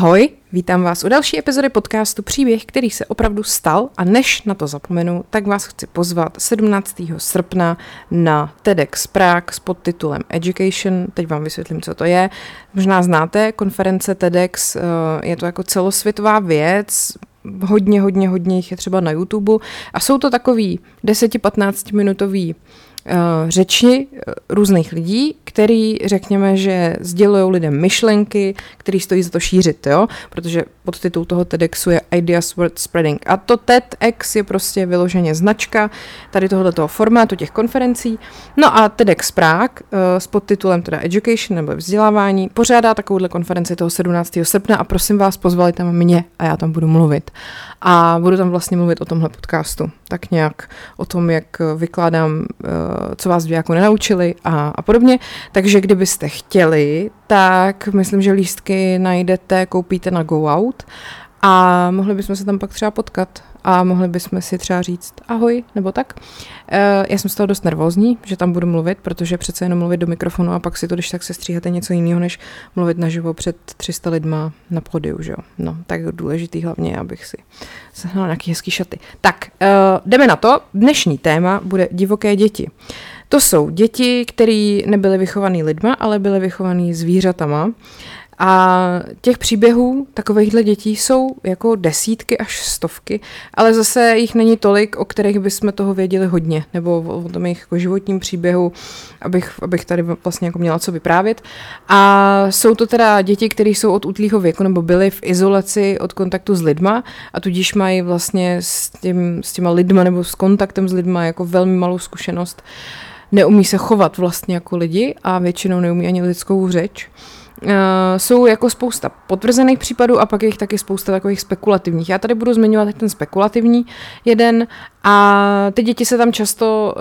Ahoj, vítám vás u další epizody podcastu Příběh, který se opravdu stal, a než na to zapomenu, tak vás chci pozvat 17. srpna na TEDx Prague s podtitulem Education. Teď vám vysvětlím, co to je. Možná znáte konference TEDx, je to jako celosvětová věc, hodně jich je třeba na YouTube a jsou to takový 10-15 minutový řeči různých lidí, který řekněme, že sdělují lidem myšlenky, který stojí za to šířit, jo? Protože podtitul toho TEDxu je Ideas Worth Spreading. A to TEDx je prostě vyloženě značka tady tohoto formátu těch konferencí. No a TEDx Prague s podtitulem teda Education nebo vzdělávání pořádá takovouhle konferenci toho 17. srpna a prosím vás, pozvali tam mě a já tam budu mluvit. A budu tam vlastně mluvit o tomhle podcastu. Tak nějak o tom, jak vykládám, co vás jako nenaučili a podobně. Takže kdybyste chtěli, tak myslím, že lístky najdete, koupíte na Go Out a mohli bychom se tam pak třeba potkat a mohli bychom si třeba říct ahoj, nebo tak. Já jsem z toho dost nervózní, že tam budu mluvit, protože přece jenom mluvit do mikrofonu a pak si to, když tak se stříháte něco jiného, než mluvit naživo před 300 lidma na pódiu, že jo. No, tak důležitý hlavně, abych si sehnala nějaký hezký šaty. Tak, jdeme na to. Dnešní téma bude divoké děti. To jsou děti, které nebyly vychovaný lidma, ale byly vychovaný zvířatama. A těch příběhů takovýchhle dětí jsou jako desítky až stovky, ale zase jich není tolik, o kterých bychom toho věděli hodně, nebo o tom jejich jako životním příběhu, abych tady vlastně jako měla co vyprávět. A jsou to teda děti, které jsou od útlýho věku nebo byly v izolaci od kontaktu s lidma a tudíž mají vlastně s těma lidma nebo s kontaktem s lidma jako velmi malou zkušenost. Neumí se chovat vlastně jako lidi a většinou neumí ani lidskou řeč. Jsou jako spousta potvrzených případů a pak je jich taky spousta takových spekulativních. Já tady budu zmiňovat ten spekulativní jeden a ty děti se tam často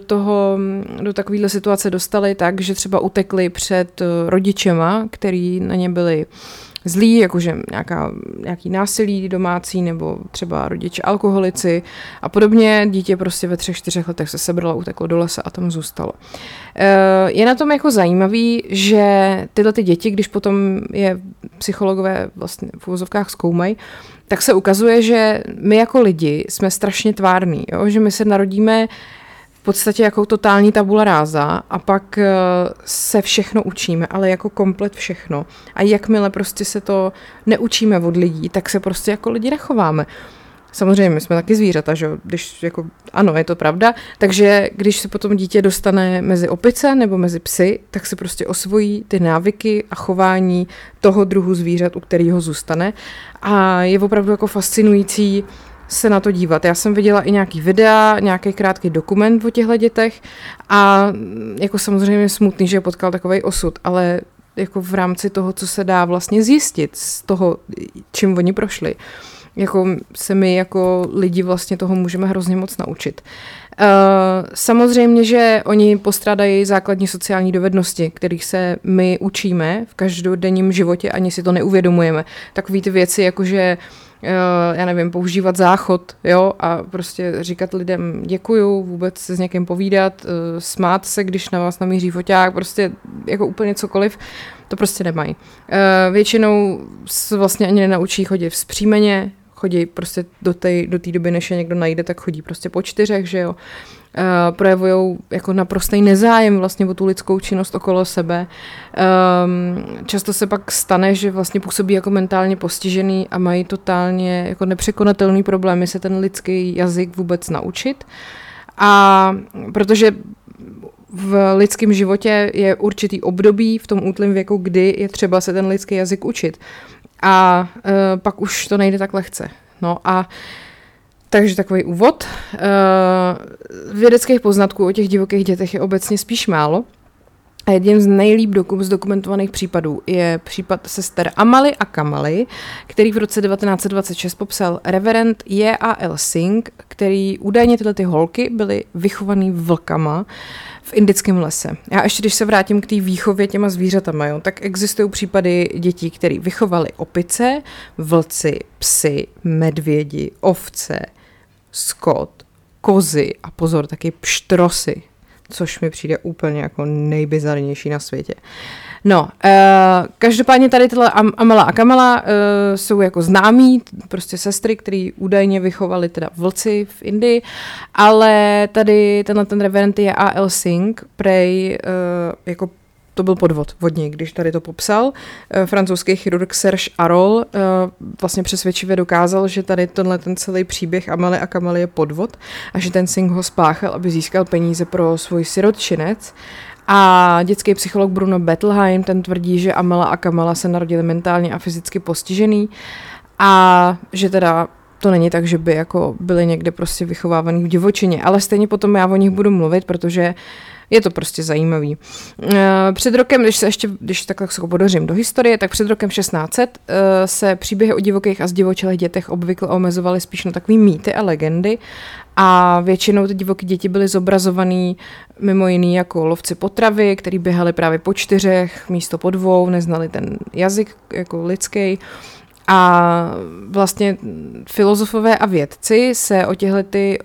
do takovéhle situace dostaly tak, že třeba utekly před rodičema, který na ně byli zlí, jakože nějaký násilí domácí nebo třeba rodiče alkoholici a podobně. Dítě prostě ve 3-4 letech se sebralo, uteklo do lesa a tam zůstalo. Je na tom jako zajímavý, že tyhle ty děti, když potom je psychologové vlastně v uvozovkách zkoumají, tak se ukazuje, že my jako lidi jsme strašně tvární, jo? Že my se narodíme v podstatě jako totální tabula ráza a pak se všechno učíme, ale jako komplet všechno. A jakmile prostě se to neučíme od lidí, tak se prostě jako lidi nechováme. Samozřejmě, my jsme taky zvířata, že když jako, ano, je to pravda, takže když se potom dítě dostane mezi opice nebo mezi psy, tak se prostě osvojí ty návyky a chování toho druhu zvířat, u kterého zůstane. A je opravdu jako fascinující se na to dívat. Já jsem viděla i nějaký videa, nějaký krátký dokument o těchto dětech a jako samozřejmě smutný, že potkal takovej osud, ale jako v rámci toho, co se dá vlastně zjistit z toho, čím oni prošli, jako se my jako lidi vlastně toho můžeme hrozně moc naučit. Samozřejmě, že oni postrádají základní sociální dovednosti, kterých se my učíme v každodenním životě, ani si to neuvědomujeme. Takový ty věci, jakože já nevím, používat záchod, jo, a prostě říkat lidem děkuju, vůbec se s někým povídat, smát se, když na vás namíří foťák, prostě jako úplně cokoliv, to prostě nemají. Většinou se vlastně ani nenaučí chodit vzpřímeně, chodí prostě do té doby, než je někdo najde, tak chodí prostě po 4, že jo. Projevujou jako naprostý nezájem vlastně o tu lidskou činnost okolo sebe. Často se pak stane, že vlastně působí jako mentálně postižený a mají totálně jako nepřekonatelný problémy se ten lidský jazyk vůbec naučit. A protože v lidském životě je určitý období v tom útlém věku, kdy je třeba se ten lidský jazyk učit. A pak už to nejde tak lehce. No a takže takový úvod. Vědeckých poznatků o těch divokých dětech je obecně spíš málo. A jedním z nejlíp zdokumentovaných případů je případ sester Amaly a Kamaly, který v roce 1926 popsal reverend J.A.L. Singh, který údajně tyhle ty holky byly vychovaný vlkama v indickém lese. Já ještě, když se vrátím k té výchově těma zvířatama, jo, tak existují případy dětí, které vychovaly opice, vlci, psy, medvědi, ovce, skot, kozy a pozor, taky pštrosy. což mi přijde úplně jako nejbizarnější na světě. No, každopádně tady tyhle Amela a Kamala jsou jako známí, prostě sestry, který údajně vychovali teda vlci v Indii, ale tady ten reverend je A.L. Singh, prej jako to byl podvod od něj, když tady to popsal. Francouzský chirurg Serge Arol vlastně přesvědčivě dokázal, že tady ten celý příběh Amely a Kamaly je podvod a že ten Singh ho spáchal, aby získal peníze pro svůj sirotčinec. A dětský psycholog Bruno Bettelheim, ten tvrdí, že Amela a Kamala se narodili mentálně a fyzicky postižený a že teda to není tak, že by jako byli někde prostě vychovávaný v divočině, ale stejně potom já o nich budu mluvit, protože je to prostě zajímavý. Před rokem, když takhle se podořím do historie, tak před rokem 1600 se příběhy o divokých a zdivočelých dětech obvykle omezovaly spíš na takový mýty a legendy a většinou ty divoké děti byly zobrazovaný mimo jiný jako lovci potravy, který běhali právě po 4 místo po 2, neznali ten jazyk jako lidský. A vlastně filozofové a vědci se o tyhle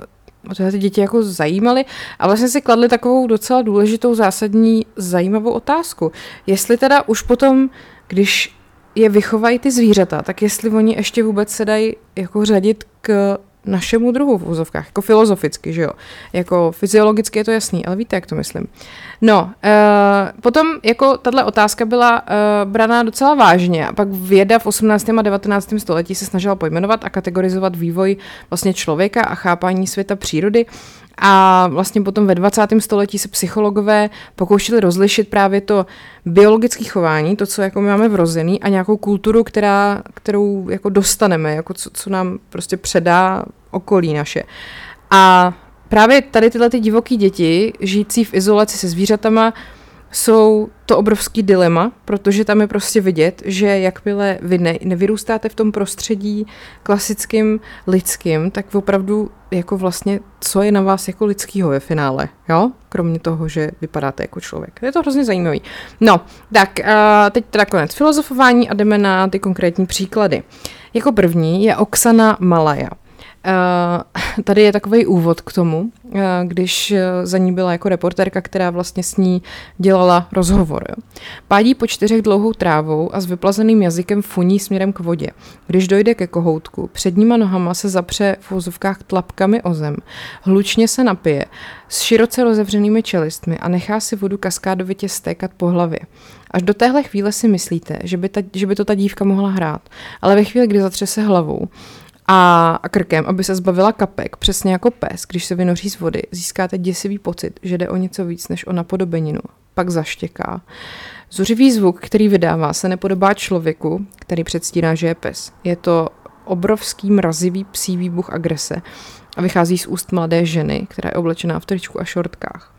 děti jako zajímali a vlastně si kladli takovou docela důležitou, zásadní, zajímavou otázku. Jestli teda už potom, když je vychovají ty zvířata, tak jestli oni ještě vůbec se dají jako řadit k našemu druhu v úzovkách, jako filozoficky, že jo. Jako fyziologicky je to jasný, ale víte, jak to myslím. No, potom jako tahle otázka byla braná docela vážně a pak věda v 18. a 19. století se snažila pojmenovat a kategorizovat vývoj vlastně člověka a chápání světa přírody a vlastně potom ve 20. století se psychologové pokoušeli rozlišit právě to biologické chování, to, co jako my máme vrozený a nějakou kulturu, kterou jako dostaneme, jako co nám prostě předá okolí naše. A právě tady tyhle ty divoký děti, žijící v izolaci se zvířatama, jsou to obrovský dilema, protože tam je prostě vidět, že jakmile vy nevyrůstáte v tom prostředí klasickým lidským, tak opravdu jako vlastně, co je na vás jako lidskýho ve finále, jo? Kromě toho, že vypadáte jako člověk. Je to hrozně zajímavý. No, tak teď teda konec filozofování a jdeme na ty konkrétní příklady. Jako první je Oksana Malaya. Tady je takový úvod k tomu, když za ní byla jako reportérka, která vlastně s ní dělala rozhovor. Pádí po 4 dlouhou trávou a s vyplazeným jazykem funí směrem k vodě. Když dojde ke kohoutku, předníma nohama se zapře v uvozovkách tlapkami o zem, hlučně se napije s široce rozevřenými čelistmi a nechá si vodu kaskádovitě stékat po hlavě. Až do téhle chvíle si myslíte, že by to ta dívka mohla hrát, ale ve chvíli, kdy zatřese hlavou a krkem, aby se zbavila kapek, přesně jako pes, když se vynoří z vody, získáte děsivý pocit, že jde o něco víc než o napodobeninu. Pak zaštěká. Zuřivý zvuk, který vydává, se nepodobá člověku, který předstírá, že je pes. Je to obrovský mrazivý psí výbuch agrese a vychází z úst mladé ženy, která je oblečená v tričku a šortkách.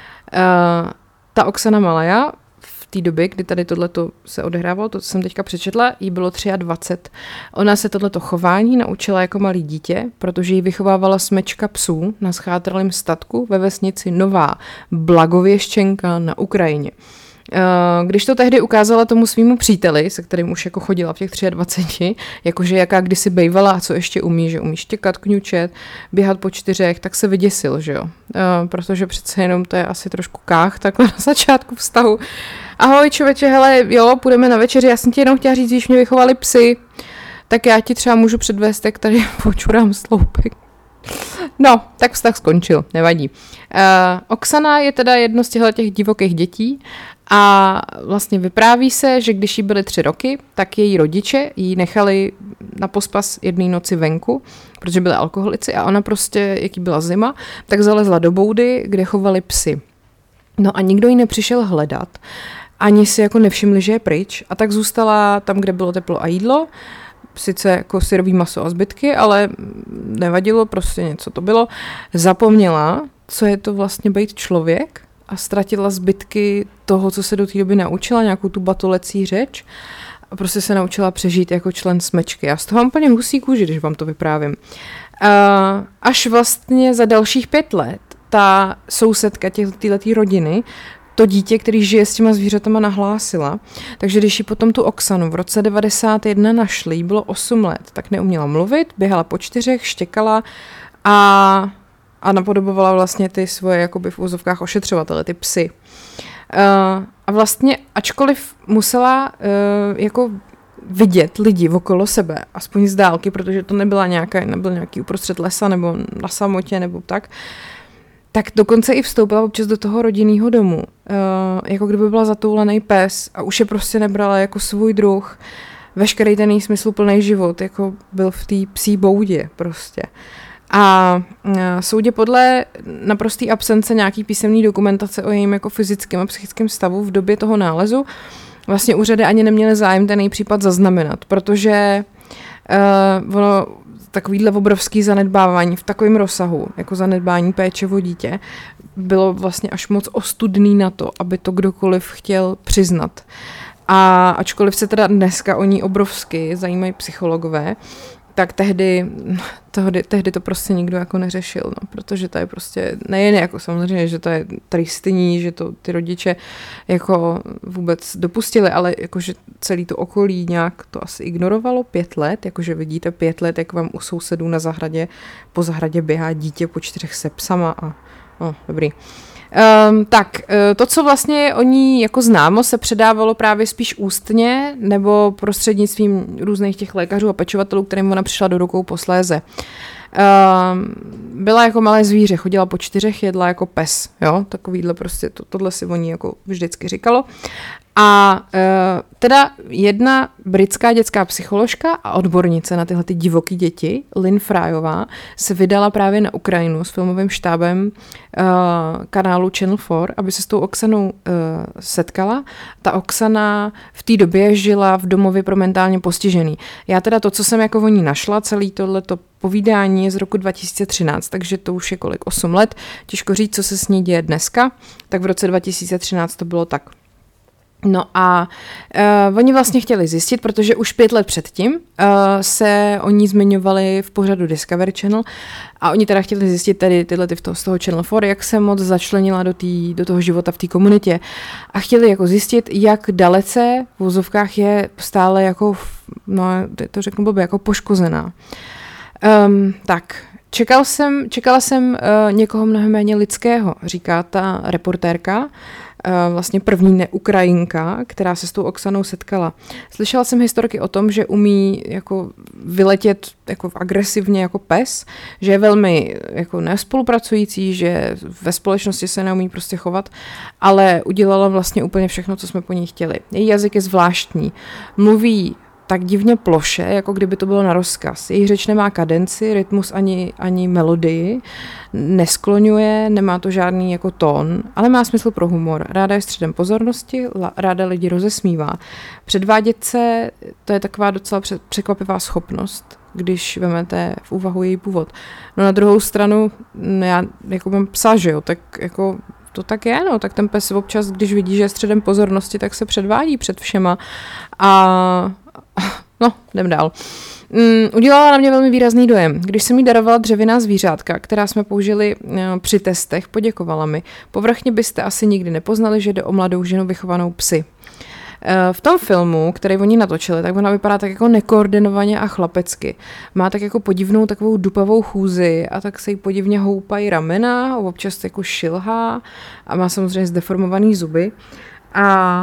Ta Oksana Malaya v té době, kdy tady tohleto se odehrávalo, to, co jsem teďka přečetla, jí bylo 23. Ona se tohleto chování naučila jako malý dítě, protože ji vychovávala smečka psů na schátralém statku ve vesnici Nová Blagověščenka na Ukrajině. Když to tehdy ukázala tomu svýmu příteli, se kterým už jako chodila v těch 23, jakože jaká kdysi bejvala a co ještě umí, že umí štěkat, kňučet, běhat po 4, tak se vyděsil, že jo. Protože přece jenom to je asi trošku kách takhle na začátku vztahu. Ahoj člověče, hele, jo, půjdeme na večeři, já jsem ti jenom chtěla říct, když mě vychovali psy, tak já ti třeba můžu předvést, jak tady počurám sloupek. No, tak vztah skončil, nevadí. Oksana je teda jedno z těch divokých dětí a vlastně vypráví se, že když jí byly 3 roky, tak její rodiče jí nechali na pospas jedné noci venku, protože byli alkoholici a ona prostě, jak jí byla zima, tak zalezla do boudy, kde chovali psy. No a nikdo jí nepřišel hledat, ani si jako nevšimli, že je pryč a tak zůstala tam, kde bylo teplo a jídlo, sice jako syrový maso a zbytky, ale nevadilo, prostě něco to bylo. Zapomněla, co je to vlastně být člověk a ztratila zbytky toho, co se do té doby naučila, nějakou tu batolecí řeč a prostě se naučila přežít jako člen smečky. Já z toho mám úplně husí kůži, když vám to vyprávím. Až vlastně za dalších 5 let ta sousedka téhletý rodiny to dítě, který žije s těma zvířatama, nahlásila. Takže když ji potom tu Oksanu v roce 91 našli, jí bylo 8 let, tak neuměla mluvit, běhala po 4, štěkala a a napodobovala vlastně ty svoje jakoby v úzovkách ošetřovatele, ty psy. A vlastně, ačkoliv musela jako vidět lidi okolo sebe, aspoň z dálky, protože to nebyl nějaký uprostřed lesa nebo na samotě nebo tak dokonce i vstoupila občas do toho rodinného domu, jako kdyby byla zatoulený pes a už je prostě nebrala jako svůj druh, veškerý ten její smysluplný život, jako byl v té psí boudě prostě. A soudě podle naprosté absence nějaký písemný dokumentace o jejím jako fyzickém a psychickém stavu v době toho nálezu vlastně úřady ani neměly zájem ten její případ zaznamenat, protože ono takovýhle obrovský zanedbávání v takovém rozsahu, jako zanedbání péče o dítě, bylo vlastně až moc ostudný na to, aby to kdokoliv chtěl přiznat. A ačkoliv se teda dneska o ní obrovsky zajímají psychologové, tak tehdy to prostě nikdo jako neřešil, no, protože to je prostě nejen jako samozřejmě, že to je tristní, že to ty rodiče jako vůbec dopustili, ale jakože celý to okolí nějak to asi ignorovalo 5 let, jakože vidíte 5 let, jak vám u sousedů na zahradě, po zahradě běhá dítě po 4 se psama a dobrý. To, co vlastně o ní jako známo, se předávalo právě spíš ústně nebo prostřednictvím různých těch lékařů a pečovatelů, kterým ona přišla do rukou posléze. Byla jako malé zvíře, chodila po 4, jedla jako pes, jo, takovýhle prostě, tohle si o ní jako vždycky říkalo. A teda jedna britská dětská psycholožka a odbornice na tyhle ty divoký děti, Lynn Fryová, se vydala právě na Ukrajinu s filmovým štábem kanálu Channel 4, aby se s tou Oksanou setkala. Ta Oksana v té době žila v domově pro mentálně postižený. Já teda to, co jsem jako o ní našla, celý tohleto povídání je z roku 2013, takže to už je 8 let. Těžko říct, co se s ní děje dneska, tak v roce 2013 to bylo tak. No a oni vlastně chtěli zjistit, protože už 5 let předtím se o ní zmiňovali v pořadu Discovery Channel a oni teda chtěli zjistit tady z toho Channel 4, jak se moc začlenila do toho života v té komunitě a chtěli jako zjistit, jak dalece v vozovkách je stále jako, to řeknu blbě, jako poškozená. Čekala jsem někoho mnohem méně lidského, říká ta reportérka, vlastně první neukrajinka, která se s tou Oksanou setkala. Slyšela jsem historky o tom, že umí jako vyletět jako agresivně jako pes, že je velmi jako nespolupracující, že ve společnosti se neumí prostě chovat, ale udělala vlastně úplně všechno, co jsme po ní chtěli. Její jazyk je zvláštní. Mluví tak divně ploše, jako kdyby to bylo na rozkaz. Její řeč nemá kadenci, rytmus ani melodii, neskloňuje, nemá to žádný jako tón, ale má smysl pro humor. Ráda je středem pozornosti, ráda lidi rozesmívá. Předvádět se, to je taková docela překvapivá schopnost, když vemete v úvahu její původ. No na druhou stranu, já jako mám psa, že jo, tak jako to tak je, no, tak ten pes občas, když vidí, že je středem pozornosti, tak se předvádí před všema a jdem dál. Udělala na mě velmi výrazný dojem. Když jsem jí darovala dřevěná zvířátka, která jsme použili při testech, poděkovala mi. Povrchně byste asi nikdy nepoznali, že jde o mladou ženu vychovanou psy. V tom filmu, který oni natočili, tak ona vypadá tak jako nekoordinovaně a chlapecky. Má tak jako podivnou takovou dupavou chůzi a tak se jí podivně houpají ramena, občas jako šilhá a má samozřejmě zdeformovaný zuby. A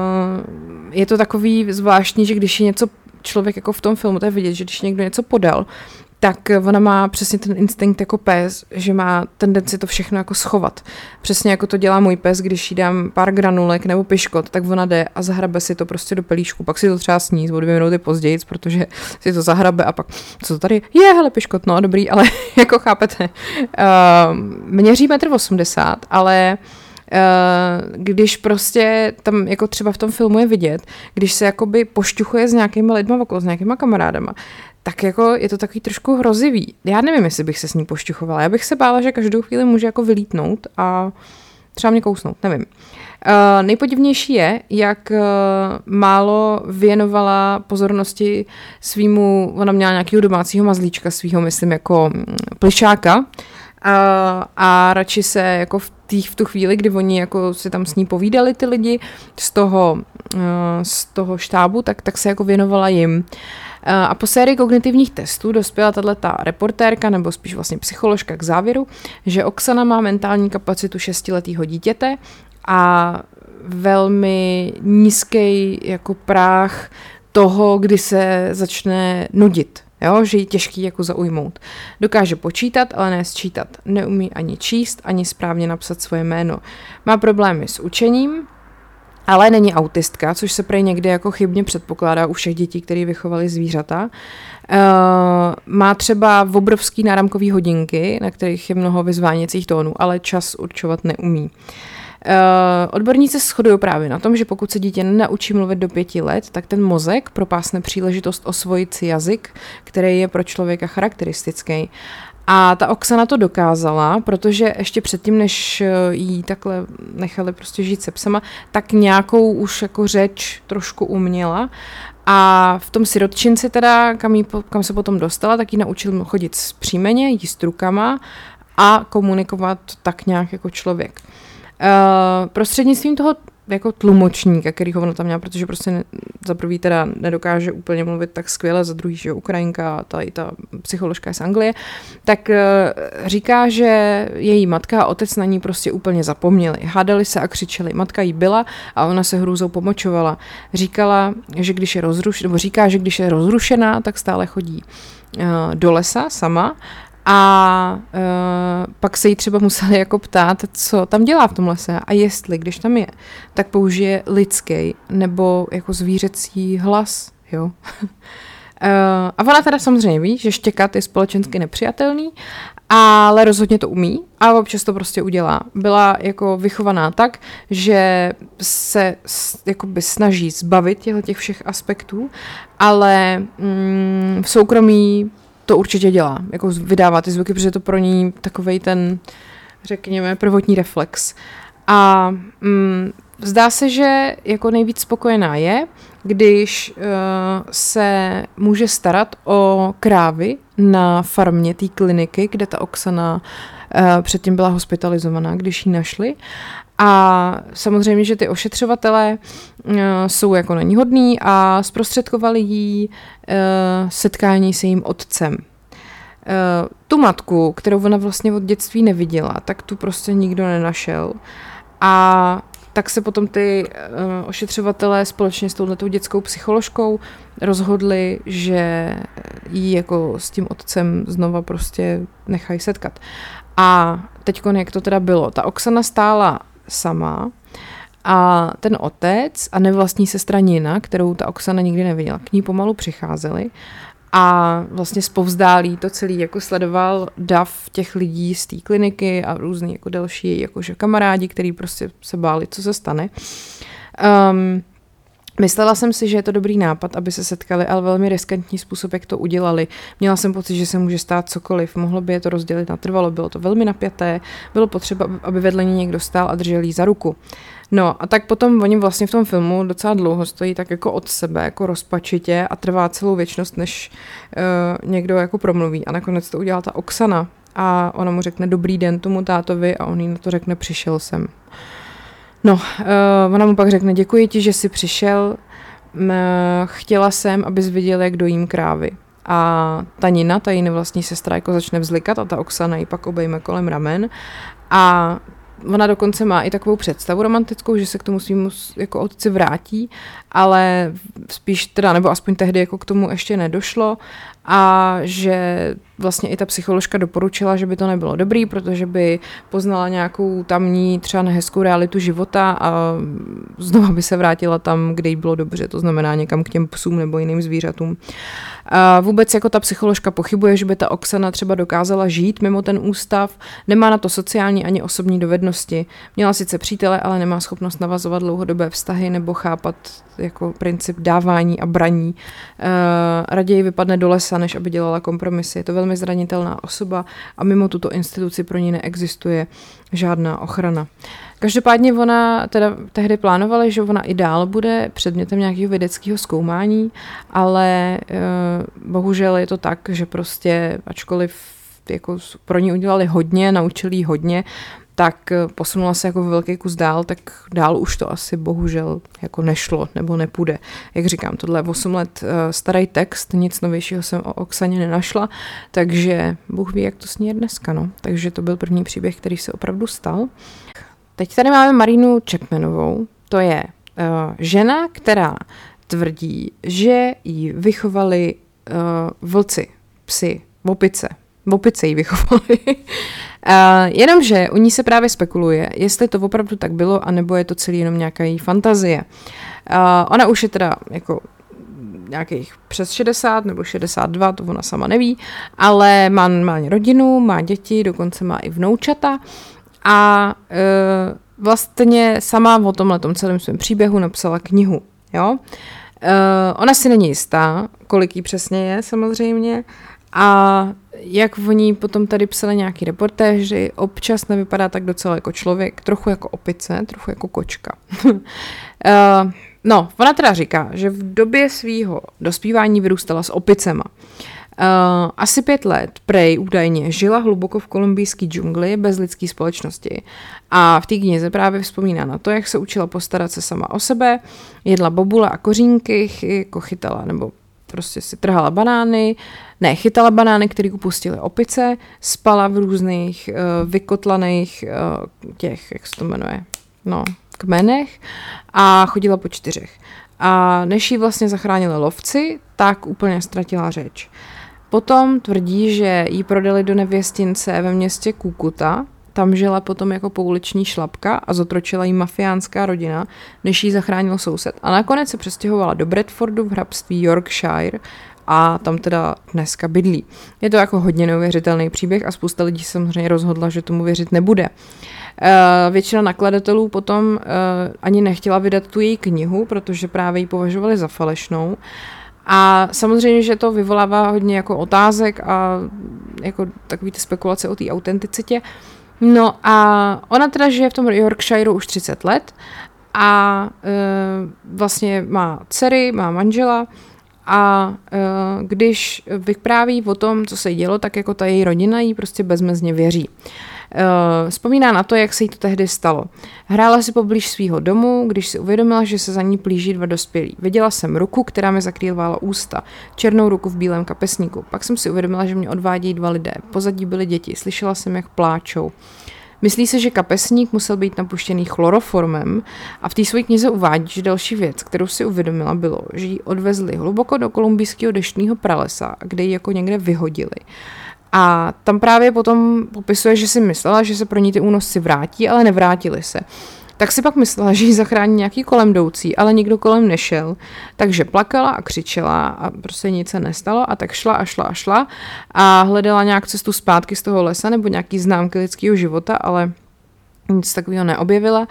je to takový zvláštní, že když je něco člověk jako v tom filmu, to je vidět, že když někdo něco podal, tak ona má přesně ten instinkt jako pes, že má tendenci to všechno jako schovat. Přesně jako to dělá můj pes, když jí dám pár granulek nebo piškot, tak ona jde a zahrabe si to prostě do pelíšku, pak si to třeba sníst o 2 minuty později, protože si to zahrabe a pak, co to tady je, hele piškot, no dobrý, ale jako chápete. Měří 1,80 m, ale když prostě tam jako třeba v tom filmu je vidět, když se jakoby pošťuchuje s nějakýma lidma okolo, s nějakýma kamarádama, tak jako je to takový trošku hrozivý. Já nevím, jestli bych se s ní pošťuchovala. Já bych se bála, že každou chvíli může jako vylítnout a třeba mě kousnout, nevím. Nejpodivnější je, jak málo věnovala pozornosti svýmu, ona měla nějakého domácího mazlíčka svýho, myslím, jako plišáka, a radši se jako v tu chvíli, kdy oni jako si tam s ní povídali ty lidi z toho štábu, tak se jako věnovala jim. A po sérii kognitivních testů dospěla tato reportérka, nebo spíš vlastně psycholožka k závěru, že Oksana má mentální kapacitu 6letého dítěte a velmi nízký jako práh toho, kdy se začne nudit. Jo, že je těžký jako zaujmout. Dokáže počítat, ale ne sčítat. Neumí ani číst, ani správně napsat svoje jméno. Má problémy s učením, ale není autistka, což se prej někdy jako chybně předpokládá u všech dětí, které vychovali zvířata. Má třeba obrovský náramkový hodinky, na kterých je mnoho vyzváněcích tónů, ale čas určovat neumí. Odborníci shodují právě na tom, že pokud se dítě nenaučí mluvit do 5 let, tak ten mozek propásne příležitost osvojit si jazyk, který je pro člověka charakteristický. A ta Oksana to dokázala, protože ještě předtím, než jí takhle nechali prostě žít se psama, tak nějakou už jako řeč trošku uměla. A v tom sirotčinci teda, kam se potom dostala, tak jí naučil chodit příjmeně, jíst rukama a komunikovat tak nějak jako člověk. Prostřednictvím toho jako tlumočníka, kterýho ona tam měla, protože prostě za prvý teda nedokáže úplně mluvit tak skvěle, za druhý, že Ukrajinka, ta psycholožka je z Anglie, tak říká, že její matka a otec na ní prostě úplně zapomněli. Hádali se a křičeli. Matka jí byla a ona se hrůzou pomočovala. Říká, že když je rozrušená, tak stále chodí do lesa sama. A pak se jí třeba museli jako ptát, co tam dělá v tom lese a jestli, když tam je, tak použije lidský nebo jako zvířecí hlas, jo. A ona teda samozřejmě ví, že štěkat je společensky nepřijatelný, ale rozhodně to umí a občas to prostě udělá. Byla jako vychovaná tak, že se jakoby snaží zbavit těch všech aspektů, ale v soukromí to určitě dělá, jako vydává ty zvuky, protože je to pro ní takovej ten, řekněme, prvotní reflex. A zdá se, že jako nejvíc spokojená je, když se může starat o krávy na farmě té kliniky, kde ta Oksana předtím byla hospitalizovaná, když ji našli. A samozřejmě, že ty ošetřovatelé jsou jako na ní hodný a zprostředkovali jí setkání se jejím otcem. Tu matku, kterou ona vlastně od dětství neviděla, tak tu prostě nikdo nenašel. A tak se potom ty ošetřovatelé společně s touhletou dětskou psycholožkou rozhodli, že ji jako s tím otcem znova prostě nechají setkat. A teďkon, jak to teda bylo, ta Oksana stála sama a ten otec a nevlastní sestra Nina, kterou ta Oksana nikdy neviděla, k ní pomalu přicházeli a vlastně zpovzdálí to celý jako sledoval dav těch lidí z té kliniky a různý jako další jakože kamarádi, který prostě se báli, co se stane. Myslela jsem si, že je to dobrý nápad, aby se setkali, ale velmi riskantní způsob, jak to udělali. Měla jsem pocit, že se může stát cokoliv, mohlo by je to rozdělit natrvalo, bylo to velmi napjaté, bylo potřeba, aby vedle ní někdo stál a držel jí za ruku. No a tak potom oni vlastně v tom filmu docela dlouho stojí tak jako od sebe, jako rozpačitě a trvá celou věčnost, než někdo jako promluví. A nakonec to udělala ta Oksana a ona mu řekne dobrý den tomu tátovi a on jí na to řekne přišel jsem. No, ona mu pak řekne, děkuji ti, že jsi přišel, chtěla jsem, abys viděl, jak dojím krávy. A ta Nina, ta její nevlastní sestra, jako začne vzlikat a ta Oksana ji pak obejme kolem ramen. A ona dokonce má i takovou představu romantickou, že se k tomu svýmu jako otci vrátí, ale spíš teda, nebo aspoň tehdy jako k tomu ještě nedošlo a že vlastně i ta psycholožka doporučila, že by to nebylo dobrý, protože by poznala nějakou tamní třeba nehezkou realitu života a znova by se vrátila tam, kde jí bylo dobře, to znamená někam k těm psům nebo jiným zvířatům. A vůbec jako ta psycholožka pochybuje, že by ta Oksana třeba dokázala žít mimo ten ústav, nemá na to sociální ani osobní dovednosti. Měla sice přítele, ale nemá schopnost navazovat dlouhodobé vztahy nebo chápat jako princip dávání a braní. Raději vypadne do lesa, než aby dělala kompromisy. Je to velmi zranitelná osoba a mimo tuto instituci pro ní neexistuje žádná ochrana. Každopádně ona teda tehdy plánovala, že ona i dál bude předmětem nějakého vědeckého zkoumání, ale bohužel je to tak, že prostě ačkoliv jako pro ní udělali hodně, naučili jí hodně, tak posunula se jako velký kus dál, tak dál už to asi bohužel jako nešlo nebo nepůjde. Jak říkám, tohle je 8 let starý text, nic novějšího jsem o Oksaně nenašla, takže Bůh ví, jak to s ní je dneska. No. Takže to byl první příběh, který se opravdu stal. Teď tady máme Marinu Chapmanovou, to je žena, která tvrdí, že ji vychovali vlci, psi, opice ji vychovali. Jenomže u ní se právě spekuluje, jestli to opravdu tak bylo, anebo je to celý jenom nějaká její fantazie. Ona už je teda jako nějakých přes 60 nebo 62, to ona sama neví, ale má normálně rodinu, má děti, dokonce má i vnoučata a vlastně sama o tomhletom celém svém příběhu napsala knihu. Jo? Ona si není jistá, kolik jí přesně je samozřejmě, a jak oni potom tady psali nějaký reportéři, občas nevypadá tak docela jako člověk, trochu jako opice, trochu jako kočka. No, ona teda říká, že v době svýho dospívání vyrůstala s opicema. Asi 5 let prej údajně žila hluboko v kolumbijské džungli bez lidské společnosti a v té knize právě vzpomíná na to, jak se učila postarat se sama o sebe, jedla bobule a kořínky, jako chytala nebo prostě si trhala banány, chytala banány, které upustily opice, spala v různých vykotlaných těch, jak se to jmenuje, kmenech a chodila po 4. A než ji vlastně zachránili lovci, tak úplně ztratila řeč. Potom tvrdí, že ji prodali do nevěstince ve městě Cúcuta, tam žila potom jako pouliční šlapka a zotročila jí mafiánská rodina, než ji zachránil soused. A nakonec se přestěhovala do Bradfordu v hrabství Yorkshire a tam teda dneska bydlí. Je to jako hodně neuvěřitelný příběh a spousta lidí samozřejmě rozhodla, že tomu věřit nebude. Většina nakladatelů potom ani nechtěla vydat tu její knihu, protože právě ji považovali za falešnou. A samozřejmě, že to vyvolává hodně jako otázek a jako takový ty spekulace o té autenticitě. No a ona teda žije v tom Yorkshireu už 30 let a vlastně má dcery, má manžela a když vypráví o tom, co se jí dělo, tak jako ta její rodina jí prostě bezmezně věří. Vzpomíná na to, jak se jí to tehdy stalo. Hrála si poblíž svýho domu, když si uvědomila, že se za ní plíží 2 dospělí. Viděla jsem ruku, která mi zakrývala ústa, černou ruku v bílém kapesníku. Pak jsem si uvědomila, že mě odvádějí 2 lidé. Pozadí byly děti, slyšela jsem, jak pláčou. Myslí se, že kapesník musel být napuštěný chloroformem a v té své knize uvádí, že další věc, kterou si uvědomila, bylo, že ji odvezli hluboko do kolumbijského deštného pralesa, kde ji jako někde vyhodili. A tam právě potom popisuje, že si myslela, že se pro ní ty únosci vrátí, ale nevrátili se. Tak si pak myslela, že ji zachrání nějaký kolem jdoucí, ale nikdo kolem nešel. Takže plakala a křičela a prostě nic se nestalo a tak šla a hledala nějak cestu zpátky z toho lesa nebo nějaký známky lidského života, ale nic takového neobjevila.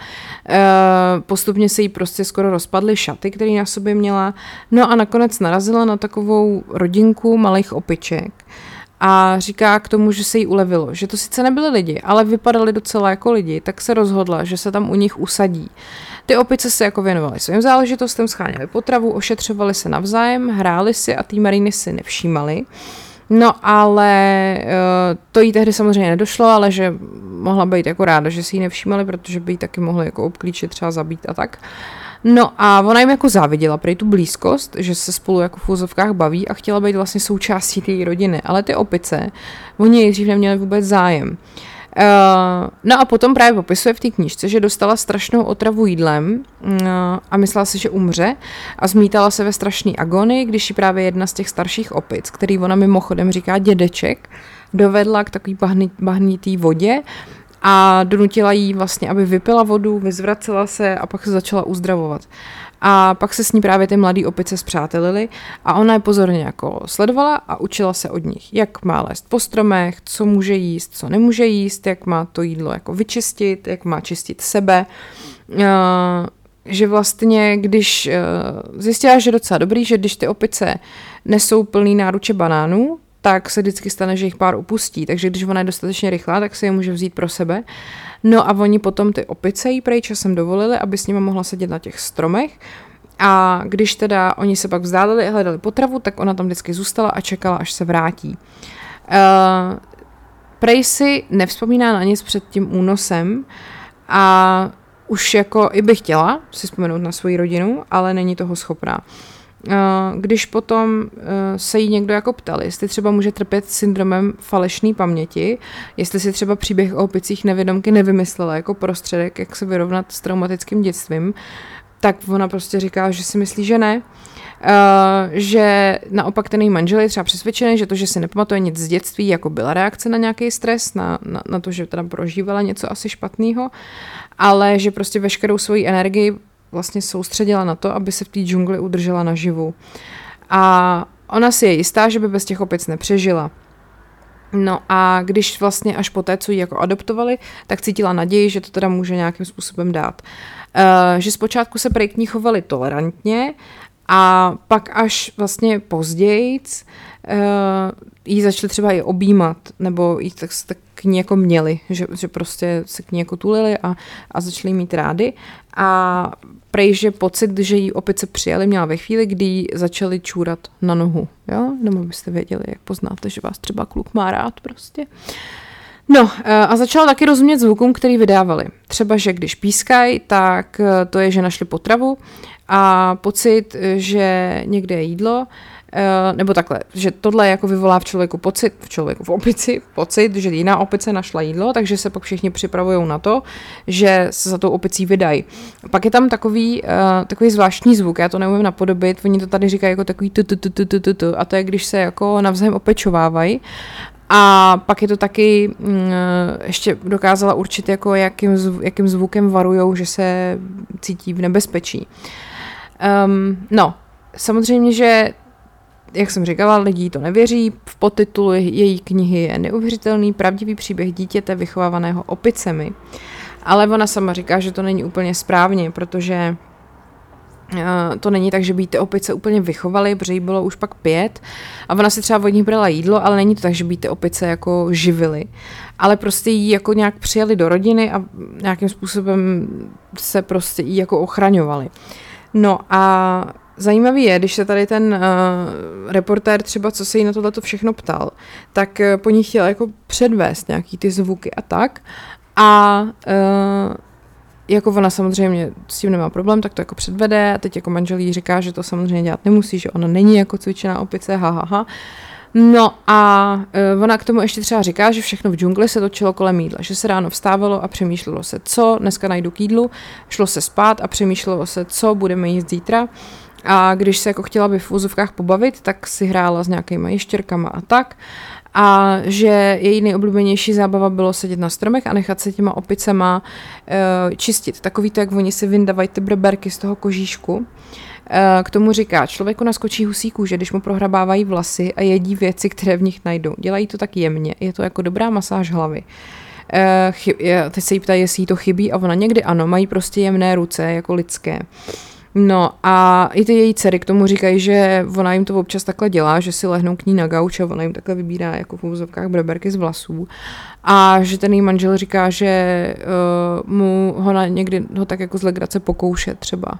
Postupně se jí prostě skoro rozpadly šaty, které na sobě měla. No a nakonec narazila na takovou rodinku malých opiček. A říká k tomu, že se jí ulevilo, že to sice nebyli lidi, ale vypadali docela jako lidi, tak se rozhodla, že se tam u nich usadí. Ty opice se jako věnovaly svým záležitostem, scháněly potravu, ošetřovaly se navzájem, hrály si a tý Mariny si nevšímali. No ale to jí tehdy samozřejmě nedošlo, ale že mohla být jako ráda, že si ji nevšímali, protože by ji taky mohli jako obklíčit, třeba zabít a tak. No a ona jim jako záviděla prej tu blízkost, že se spolu jako v úzovkách baví a chtěla být vlastně součástí té rodiny, ale ty opice, oni nejdřív neměli vůbec zájem. No a potom právě popisuje v té knížce, že dostala strašnou otravu jídlem a myslela si, že umře a zmítala se ve strašný agonii, když ji právě jedna z těch starších opic, který ona mimochodem říká dědeček, dovedla k takový bahnitý vodě a donutila jí vlastně, aby vypila vodu, vyzvracela se a pak se začala uzdravovat. A pak se s ní právě ty mladý opice spřátelily a ona je pozorně jako sledovala a učila se od nich, jak má lézt po stromech, co může jíst, co nemůže jíst, jak má to jídlo jako vyčistit, jak má čistit sebe. Že vlastně, když zjistila, že je docela dobrý, že když ty opice nesou plný náruče banánů, tak se vždycky stane, že jich pár upustí. Takže když ona je dostatečně rychlá, tak se je může vzít pro sebe. No a oni potom ty opice jí prej časem dovolili, aby s nimi mohla sedět na těch stromech. A když teda oni se pak vzdálili a hledali potravu, tak ona tam vždycky zůstala a čekala, až se vrátí. prej si nevzpomíná na nic před tím únosem a už jako i by chtěla si vzpomenout na svoji rodinu, ale není toho schopná. Když potom se jí někdo jako ptal, jestli třeba může trpět syndromem falešné paměti, jestli si třeba příběh o opicích nevědomky nevymyslela jako prostředek, jak se vyrovnat s traumatickým dětstvím, tak ona prostě říká, že si myslí, že ne. Že naopak ten její manžel je třeba přesvědčený, že to, že si nepamatuje nic z dětství, jako byla reakce na nějaký stres, na to, že teda prožívala něco asi špatného, ale že prostě veškerou svoji energii vlastně soustředila na to, aby se v té džungli udržela naživu. A ona si je jistá, že by bez těch opic nepřežila. No a když vlastně až poté, co ji jako adoptovali, tak cítila naději, že to teda může nějakým způsobem dát. Že zpočátku se prej k ní chovali tolerantně a pak až vlastně pozdějc jí začali třeba i objímat, nebo jí tak k ní jako měli, že prostě se k ní jako tulili a začali mít rády. A prej, že pocit, že jí opice přijali, měla ve chvíli, kdy jí začali čůrat na nohu. Jo? Nebo byste věděli, jak poznáte, že vás třeba kluk má rád prostě. No a začala taky rozumět zvukům, který vydávali. Třeba, že když pískají, tak to je, že našli potravu a pocit, že někde je jídlo, nebo takhle, že tohle jako vyvolá v v opici pocit, že jiná opice našla jídlo, takže se pak všichni připravují na to, že se za tou opicí vydají. Pak je tam takový zvláštní zvuk, já to neumím napodobit, oni to tady říkají jako takový a to je, když se jako navzájem opečovávají. A pak je to taky, ještě dokázala určit, jako jakým zvukem varujou, že se cítí v nebezpečí. No, samozřejmě, že jak jsem říkala, lidi to nevěří, v podtitulu její knihy je neuvěřitelný pravdivý příběh dítěte vychovávaného opicemi. Ale ona sama říká, že to není úplně správně, protože to není tak, že by jí ty opice úplně vychovaly, protože jí bylo už pak 5 a ona si třeba od nich brala jídlo, ale není to tak, že by jí ty opice jako živily. Ale prostě jí jako nějak přijali do rodiny a nějakým způsobem se prostě jí jako ochraňovali. No a zajímavý je, když se tady ten reportér třeba, co se jí na tohleto všechno ptal, tak po ní chtěl jako předvést nějaký ty zvuky a tak. A jako ona samozřejmě s tím nemá problém, tak to jako předvede a teď jako manžel jí říká, že to samozřejmě dělat nemusí, že ona není jako cvičená opice, No a ona k tomu ještě třeba říká, že všechno v džungli se točilo kolem jídla, že se ráno vstávalo a přemýšlelo se, co dneska najdu k jídlu, šlo se spát a přemýšlelo se, co budeme jíst zítra. A když se jako chtěla by v úzovkách pobavit, tak si hrála s nějakýma ještěrkama a tak. A že její nejoblíbenější zábava bylo sedět na stromech a nechat se těma opicema čistit. Takový to, jak oni si vyndávají ty breberky z toho kožíšku. K tomu říká, člověku naskočí husí kůže, když mu prohrabávají vlasy a jedí věci, které v nich najdou. Dělají to tak jemně, je to jako dobrá masáž hlavy. Teď se jí ptá, jestli jí to chybí a ona někdy ano, mají prostě jemné ruce, jako lidské. No a i ty její dcery k tomu říkají, že ona jim to občas takhle dělá, že si lehnou k ní na gauč a ona jim takhle vybírá jako v úzovkách breberky z vlasů. A že ten její manžel říká, že mu ho někdy tak jako z legrace pokouše třeba.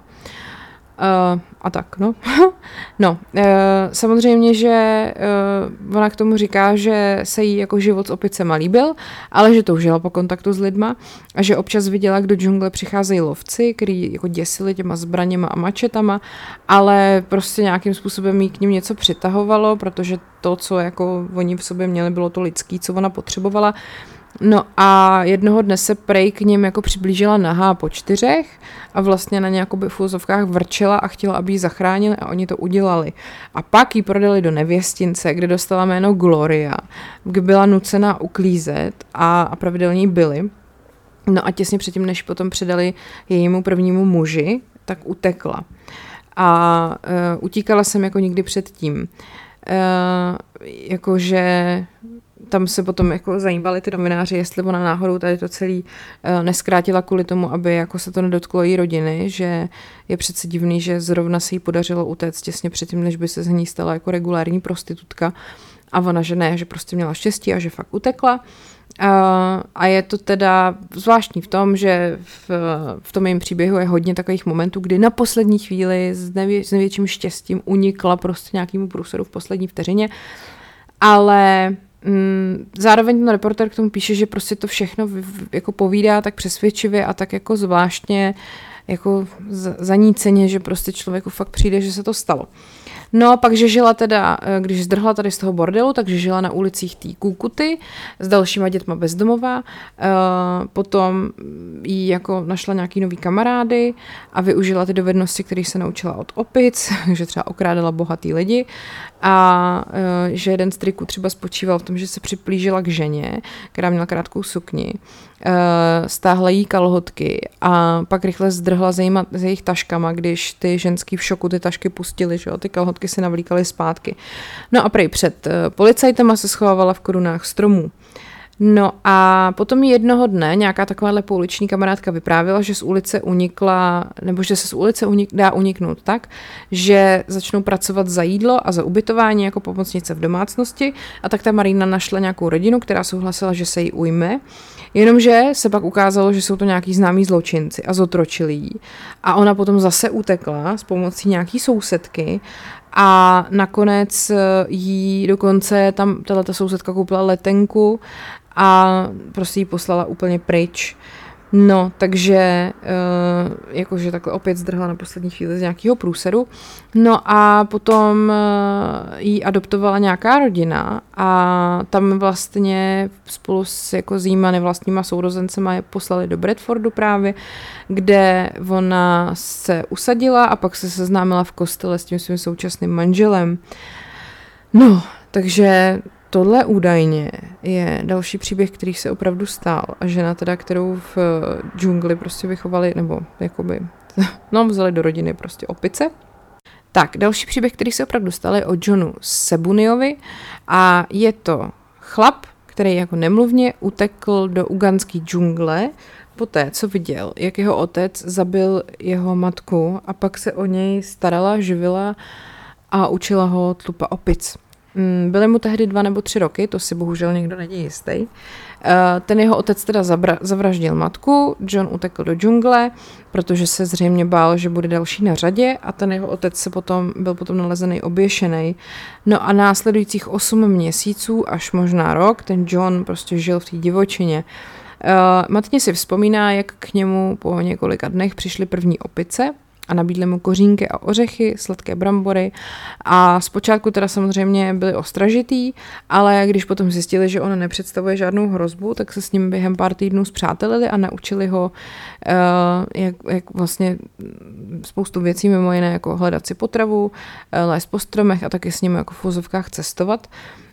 A tak, no. No, samozřejmě, že ona k tomu říká, že se jí jako život s opicema líbil, ale že toužila po kontaktu s lidma a že občas viděla, jak do džungle přicházejí lovci, který jako děsili těma zbraněma a mačetama, ale prostě nějakým způsobem jí k nim něco přitahovalo, protože to, co jako oni v sobě měli, bylo to lidský, co ona potřebovala. No a jednoho dne se prej k nim jako přiblížila nahá po 4 a vlastně na ně v úzovkách vrčela a chtěla, aby ji zachránili a oni to udělali. A pak ji prodali do nevěstince, kde dostala jméno Gloria, kde byla nucena uklízet a pravidelně byli. No a těsně předtím, než potom předali jejímu prvnímu muži, tak utekla. A utíkala jsem jako nikdy předtím. Jakože tam se potom jako zajímali ty novináři, jestli ona náhodou tady to celý neskrátila kvůli tomu, aby jako se to nedotklo její rodiny, že je přece divný, že zrovna se jí podařilo utéct těsně předtím, než by se z ní stala jako regulární prostitutka. A ona, že ne, že prostě měla štěstí a že fakt utekla. A je to teda zvláštní v tom, že v tom jejím příběhu je hodně takových momentů, kdy na poslední chvíli s největším štěstím unikla prostě nějakému průseru v poslední vteřině, ale Zároveň ten reportér k tomu píše, že prostě to všechno jako povídá tak přesvědčivě a tak jako zvláštně jako zaníceně, že prostě člověku fakt přijde, že se to stalo. No a pak, že žila teda, když zdrhla tady z toho bordelu, takže žila na ulicích té Kúkuty s dalšíma dětma bezdomová, potom jí jako našla nějaký nový kamarády a využila ty dovednosti, které se naučila od opic, že třeba okrádala bohatý lidi a že jeden z triků třeba spočíval v tom, že se připlížila k ženě, která měla krátkou sukni, stáhla jí kalhotky a pak rychle zdrhla za jejich taškama, když ty ženský v šoku ty tašky pustily, že jo, ty kalhotky si navlíkaly zpátky. No a prej před policajtama se schovávala v korunách stromů. No a potom jednoho dne nějaká takováhle pouliční kamarádka vyprávěla, že z ulice unikla, nebo že se z ulice dá uniknout tak, že začnou pracovat za jídlo a za ubytování jako pomocnice v domácnosti a tak ta Marina našla nějakou rodinu, která souhlasila, že se jí ujme, jenomže se pak ukázalo, že jsou to nějaký známí zločinci a zotročili jí. A ona potom zase utekla s pomocí nějaký sousedky a nakonec jí dokonce tam tato sousedka koupila letenku a prostě ji poslala úplně pryč. No, takže jakože takhle opět zdrhla na poslední chvíli z nějakého průseru. No a potom jí adoptovala nějaká rodina a tam vlastně spolu s jako s jíma nevlastníma sourozencema je poslali do Bradfordu právě, kde ona se usadila a pak se seznámila v kostele s tím svým současným manželem. No, takže tohle údajně je další příběh, který se opravdu stal a žena teda, kterou v džungli prostě vychovali, nebo jakoby, no vzali do rodiny prostě opice. Tak, další příběh, který se opravdu stal, je o Johnu Sebuniovi a je to chlap, který jako nemluvně utekl do ugandské džungle poté, co viděl, jak jeho otec zabil jeho matku a pak se o něj starala, živila a učila ho tlupa opic. Byly mu tehdy 2 nebo 3 roky, to si bohužel někdo není jistý. Ten jeho otec teda zavraždil matku, John utekl do džungle, protože se zřejmě bál, že bude další na řadě a ten jeho otec byl potom nalezený oběšenej. No a následujících 8 měsíců, až možná rok, ten John prostě žil v té divočině. Matně si vzpomíná, jak k němu po několika dnech přišly první opice a nabídli mu kořínky a ořechy, sladké brambory a zpočátku teda samozřejmě byli ostražitý, ale když potom zjistili, že on nepředstavuje žádnou hrozbu, tak se s ním během pár týdnů spřátelili a naučili ho jak vlastně spoustu věcí, mimo jiné jako hledat si potravu, lézt po stromech a taky s ním jako v vozovkách cestovat.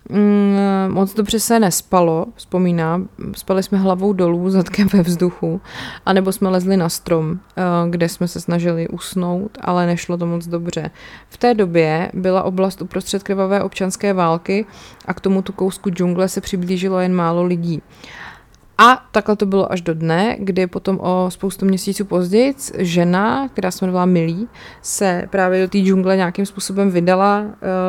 Moc dobře se nespalo, vzpomíná, spali jsme hlavou dolů, zadkem ve vzduchu, anebo jsme lezli na strom, kde jsme se snažili usnout, ale nešlo to moc dobře. V té době byla oblast uprostřed krvavé občanské války a k tomuto kousku džungle se přiblížilo jen málo lidí. A takhle to bylo až do dne, kdy potom o spoustu měsíců později žena, která se jmenovala Millie, se právě do té džungle nějakým způsobem vydala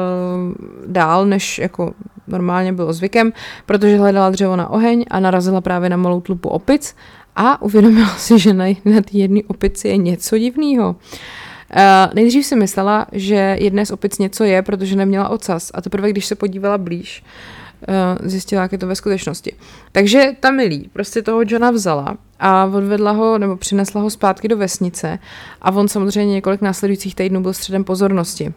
dál, než jako normálně bylo zvykem, protože hledala dřevo na oheň a narazila právě na malou tlupu opic a uvědomila si, že na té jedné opici je něco divného. Nejdřív si myslela, že jedné z opic něco je, protože neměla ocas a teprve když se podívala blíž, zjistila, jak je to ve skutečnosti. Takže ta Millie prostě toho Johna vzala a odvedla ho, nebo přinesla ho zpátky do vesnice a on samozřejmě několik následujících týdnů byl středem pozornosti.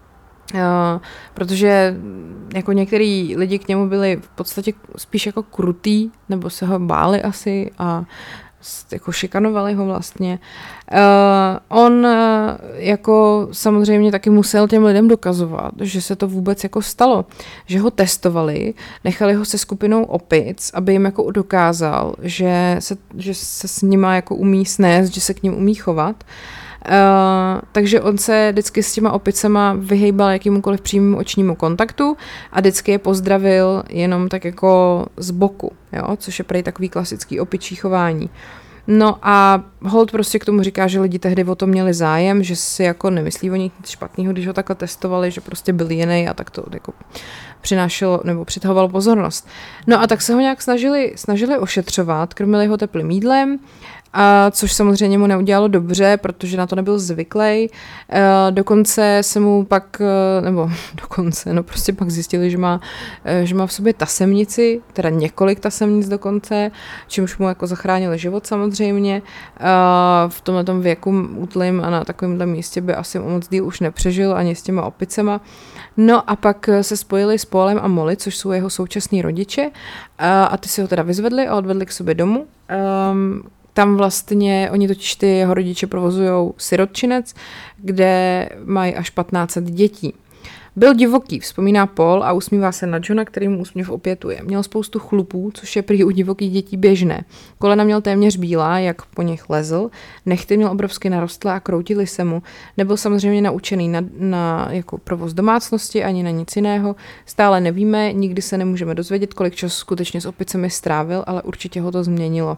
Protože jako některý lidi k němu byli v podstatě spíš jako krutý, nebo se ho báli asi a jako šikanovali ho vlastně. On jako samozřejmě taky musel těm lidem dokazovat, že se to vůbec jako stalo, že ho testovali, nechali ho se skupinou opic, aby jim jako dokázal, že se s nima jako umí snést, že se k ním umí chovat. Takže on se vždycky s těma opicema vyhejbal jakýmukoliv přímému očnímu kontaktu a vždycky je pozdravil jenom tak jako z boku, jo? Což je prej takový klasický opičí chování. No a Holt prostě k tomu říká, že lidi tehdy o to měli zájem, že si jako nemyslí o nic špatného, když ho takhle testovali, že prostě byl jiný a tak to jako přinášelo nebo přitahovalo pozornost. No a tak se ho nějak snažili ošetřovat, krmili ho teplým jídlem a což samozřejmě mu neudělalo dobře, protože na to nebyl zvyklý. Dokonce se mu pak, prostě pak zjistili, že má v sobě tasemnici, teda několik tasemnic dokonce, čímž mu jako zachránili život samozřejmě. V tomhletom věku útlým a na takovémhle místě by asi moc díl už nepřežil ani s těma opicema. No a pak se spojili s Paulem a Molly, což jsou jeho současní rodiče, a ty si ho teda vyzvedli a odvedli k sobě domů. Tam vlastně, oni totiž ty jeho rodiče provozujou sirotčinec, kde mají až 1500 dětí. Byl divoký, vzpomíná Paul a usmívá se na Johna, který mu úsměv opětuje. Měl spoustu chlupů, což je prý u divokých dětí běžné. Kolena měl téměř bílá, jak po nich lezl, nehty měl obrovsky narostlé a kroutily se mu. Nebyl samozřejmě naučený na jako provoz domácnosti ani na nic jiného. Stále nevíme, nikdy se nemůžeme dozvědět, kolik času skutečně s opicemi strávil, ale určitě ho to změnilo.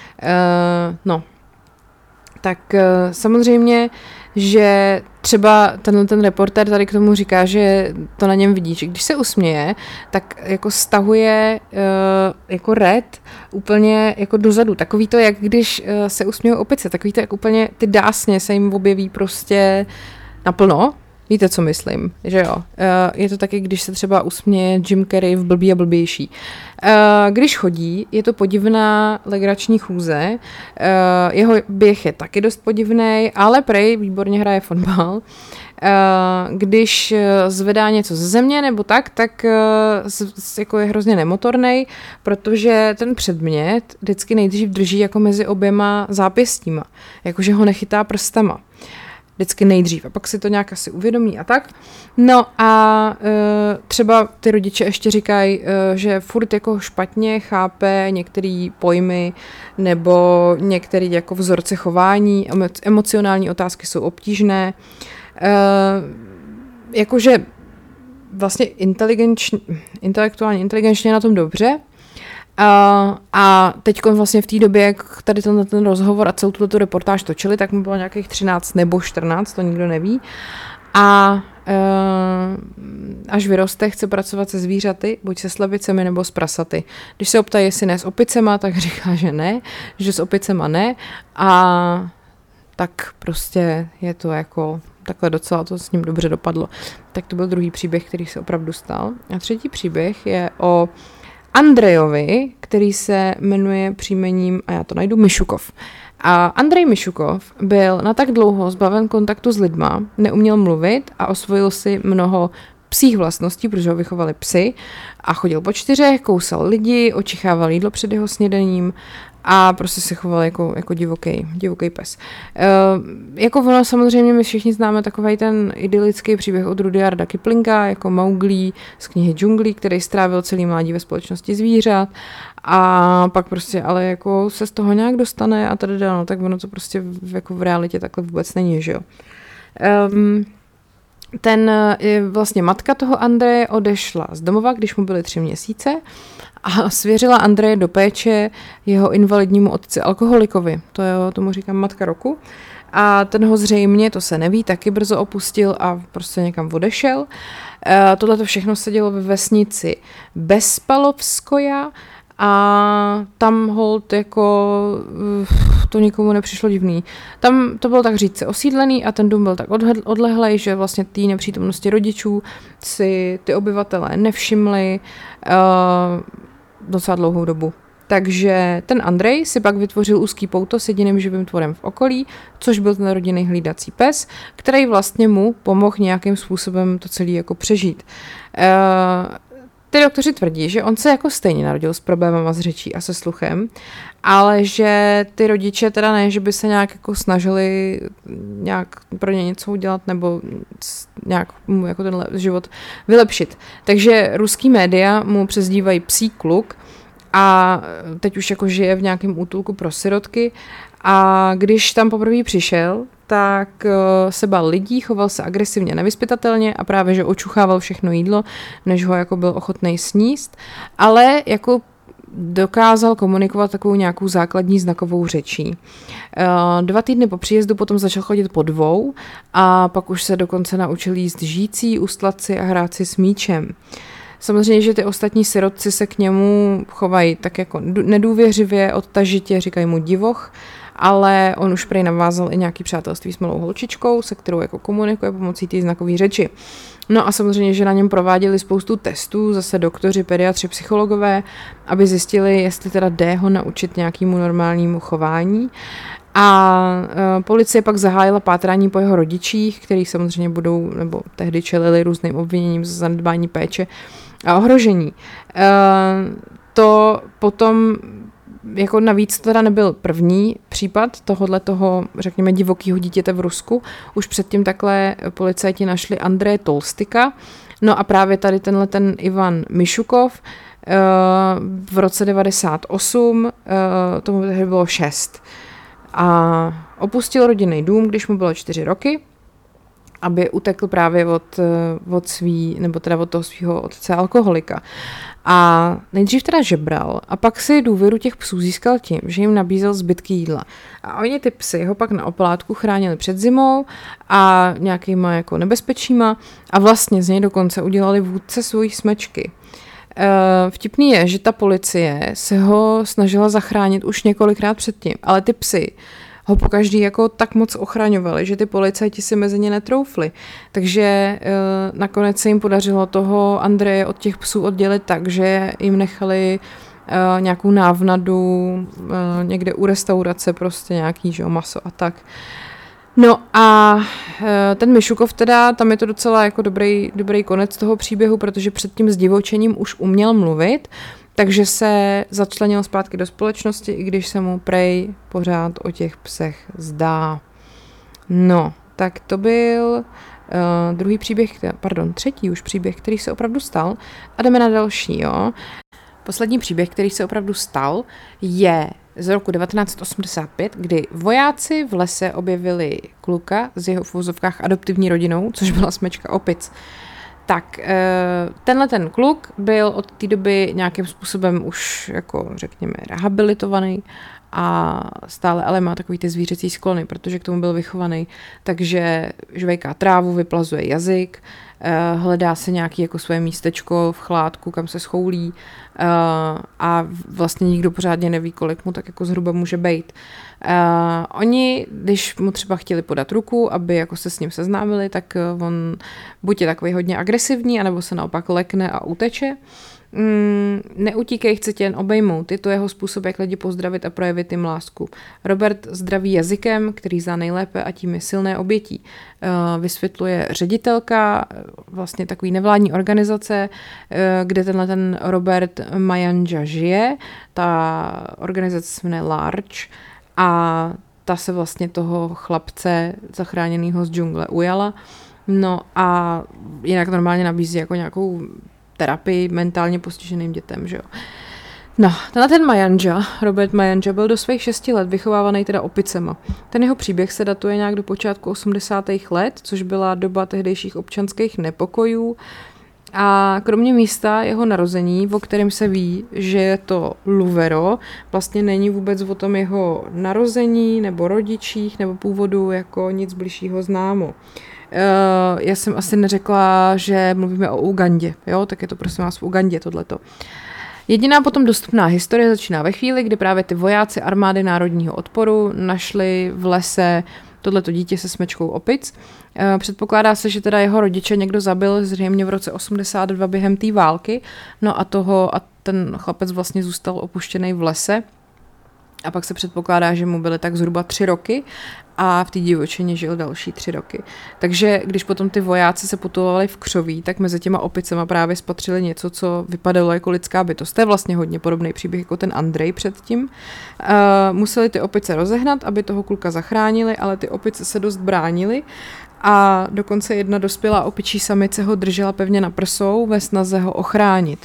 Tak samozřejmě, že třeba ten reportér tady k tomu říká, že to na něm vidí, že když se usměje, tak jako stahuje jako red úplně jako dozadu. Takový to, jak když se usmějí opice, takový to, jak úplně ty dásně se jim objeví prostě naplno. Víte, co myslím, že jo? Je to taky, když se třeba usměje Jim Carrey v Blbý a blbější. Když chodí, je to podivná legrační chůze. Jeho běh je taky dost podivný, ale prej výborně hraje fotbal. Když zvedá něco ze země nebo tak jako je hrozně nemotornej, protože ten předmět vždycky nejdřív drží jako mezi oběma zápěstíma, jakože ho nechytá prstama. Vždycky nejdřív a pak si to nějak asi uvědomí a tak. No a třeba ty rodiče ještě říkají, že furt jako špatně chápe některé pojmy nebo některé jako vzorce chování, emocionální otázky jsou obtížné. Jakože vlastně intelektuálně inteligenčně na tom dobře. A teď vlastně v té době, jak tady ten rozhovor a celou tuto reportáž točili, tak mu bylo nějakých 13 nebo 14, to nikdo neví. A až vyroste, chce pracovat se zvířaty, buď se slebicemi nebo s prasaty. Když se optají, jestli ne s opicema, tak říká, že ne, že s opicema ne. A tak prostě je to jako takhle docela to s ním dobře dopadlo. Tak to byl druhý příběh, který se opravdu stal. A třetí příběh je o Andrejovi, který se jmenuje příjmením, a já to najdu, Mišukov. A Andrej Mišukov byl na tak dlouho zbaven kontaktu s lidma, neuměl mluvit a osvojil si mnoho psích vlastností, protože ho vychovali psy a chodil po čtyřech, kousal lidi, očichával jídlo před jeho snědaním a prostě se choval jako divoký pes. Jako ono samozřejmě my všichni známe takovej ten idylický příběh od Rudyarda Kiplinga, jako Mowgli z knihy Džunglí, který strávil celý mládí ve společnosti zvířat a pak prostě ale jako se z toho nějak dostane a tady no, tak ono to prostě jako v realitě takhle vůbec není, že jo. Vlastně matka toho Andreje odešla z domova, když mu byly 3 měsíce a svěřila Andreje do péče jeho invalidnímu otci alkoholikovi. Tomu říkám matka roku. A ten ho zřejmě, to se neví, taky brzo opustil a prostě někam odešel. Tohleto všechno se dělo ve vesnici Bespalovskoja a tam holt jako to nikomu nepřišlo divný. Tam to bylo tak říct osídlený a ten dům byl tak odlehlej, že vlastně té nepřítomnosti rodičů si ty obyvatelé nevšimli docela dlouhou dobu. Takže ten Andrej si pak vytvořil úzký pouto s jediným živým tvorem v okolí, což byl ten rodinný hlídací pes, který vlastně mu pomohl nějakým způsobem to celé jako přežít. Ty doktoři tvrdí, že on se jako stejně narodil s problémama s řečí a se sluchem, ale že ty rodiče teda ne, že by se nějak jako snažili nějak pro ně něco udělat nebo nějak mu jako ten život vylepšit. Takže ruský média mu přezdívají psí kluk a teď už jako žije v nějakém útulku pro sirotky a když tam poprvé přišel, tak se bál lidí, choval se agresivně, nevyzpytatelně a právě, že očuchával všechno jídlo, než ho jako byl ochotnej sníst, ale jako dokázal komunikovat takovou nějakou základní znakovou řečí. 2 týdny po příjezdu potom začal chodit po 2 a pak už se dokonce naučil jíst žící, ustlat si a hrát si s míčem. Samozřejmě, že ty ostatní sirotci se k němu chovají tak jako nedůvěřivě, odtažitě, říkají mu divoch ale on už prej navázal i nějaký přátelství s malou holčičkou, se kterou jako komunikuje pomocí té znakové řeči. No a samozřejmě, že na něm prováděli spoustu testů, zase doktoři, pediatři, psychologové, aby zjistili, jestli teda jde ho naučit nějakému normálnímu chování. A policie pak zahájila pátrání po jeho rodičích, který samozřejmě budou, nebo tehdy čelili různým obviněním za zanedbání péče a ohrožení. To potom jako navíc teda nebyl první případ tohoto, řekněme, divokého dítěte v Rusku. Už předtím takhle policajti našli Andreje Tolstyka. No a právě tady ten Ivan Mišukov v roce 98, tomu tehdy bylo 6. A opustil rodinný dům, když mu bylo 4 roky, aby utekl právě od toho svého otce alkoholika. A nejdřív teda žebral a pak si důvěru těch psů získal tím, že jim nabízel zbytky jídla. A oni ty psy ho pak na oplátku chránili před zimou a nějakýma jako nebezpečíma a vlastně z něj dokonce udělali vůdce svojí smečky. Vtipný je, že ta policie se ho snažila zachránit už několikrát předtím, ale ty psy ho pokaždý jako tak moc ochraňovali, že ty policajti si mezi ně netroufli. Takže nakonec se jim podařilo toho Andreje od těch psů oddělit tak, že jim nechali nějakou návnadu někde u restaurace, prostě nějaký maso a tak. No a ten Mišukov teda, tam je to docela jako dobrý konec toho příběhu, protože před tím zdivočením už uměl mluvit, takže se začlenil zpátky do společnosti, i když se mu prej pořád o těch psech zdá. No, tak to byl třetí už příběh, který se opravdu stal. A jdeme na další, jo. Poslední příběh, který se opravdu stal, je z roku 1985, kdy vojáci v lese objevili kluka z jeho v uvozovkách adoptivní rodinou, což byla smečka opic. Tak tenhle ten kluk byl od té doby nějakým způsobem už jako řekněme rehabilitovaný a stále ale má takový ty zvířecí sklony, protože k tomu byl vychovaný, takže žvejká trávu, vyplazuje jazyk, hledá se nějaký jako své místečko v chládku, kam se schoulí a vlastně nikdo pořádně neví, kolik mu tak jako zhruba může bejt. Oni, když mu třeba chtěli podat ruku, aby jako se s ním seznámili, tak on buď je takový hodně agresivní, anebo se naopak lekne a uteče. Neutíkej, chce tě jen obejmout. Je to jeho způsob, jak lidi pozdravit a projevit jim lásku. Robert zdraví jazykem, který zná nejlépe a tím je silné obětí. Vysvětluje ředitelka vlastně takový nevládní organizace, kde ten Robert Mayanja žije. Ta organizace se jmenuje Large a ta se vlastně toho chlapce zachráněného z džungle ujala. No a jinak normálně nabízí jako nějakou terapii mentálně postiženým dětem, že jo. No, ten Mayanja, Robert Mayanja, byl do svých 6 let vychovávaný teda opicema. Ten jeho příběh se datuje nějak do počátku 80. let, což byla doba tehdejších občanských nepokojů. A kromě místa jeho narození, o kterém se ví, že je to Luvero, vlastně není vůbec o tom jeho narození nebo rodičích nebo původu jako nic bližšího známo. Já jsem asi neřekla, že mluvíme o Ugandě, jo, tak je to prosím vás v Ugandě tohleto. Jediná potom dostupná historie začíná ve chvíli, kdy právě ty vojáci armády národního odporu našli v lese tohleto dítě se smečkou opic. Předpokládá se, že teda jeho rodiče někdo zabil zřejmě v roce 82 během té války, no a ten chlapec vlastně zůstal opuštěný v lese. A pak se předpokládá, že mu byly tak zhruba 3 roky a v té divočině žil další 3 roky. Takže když potom ty vojáci se potulovali v křoví, tak mezi těma opicema právě spatřili něco, co vypadalo jako lidská bytost. To je vlastně hodně podobný příběh jako ten Andrej předtím. Museli ty opice rozehnat, aby toho kluka zachránili, ale ty opice se dost bránily a dokonce jedna dospělá opičí samice ho držela pevně na prsou ve snaze ho ochránit.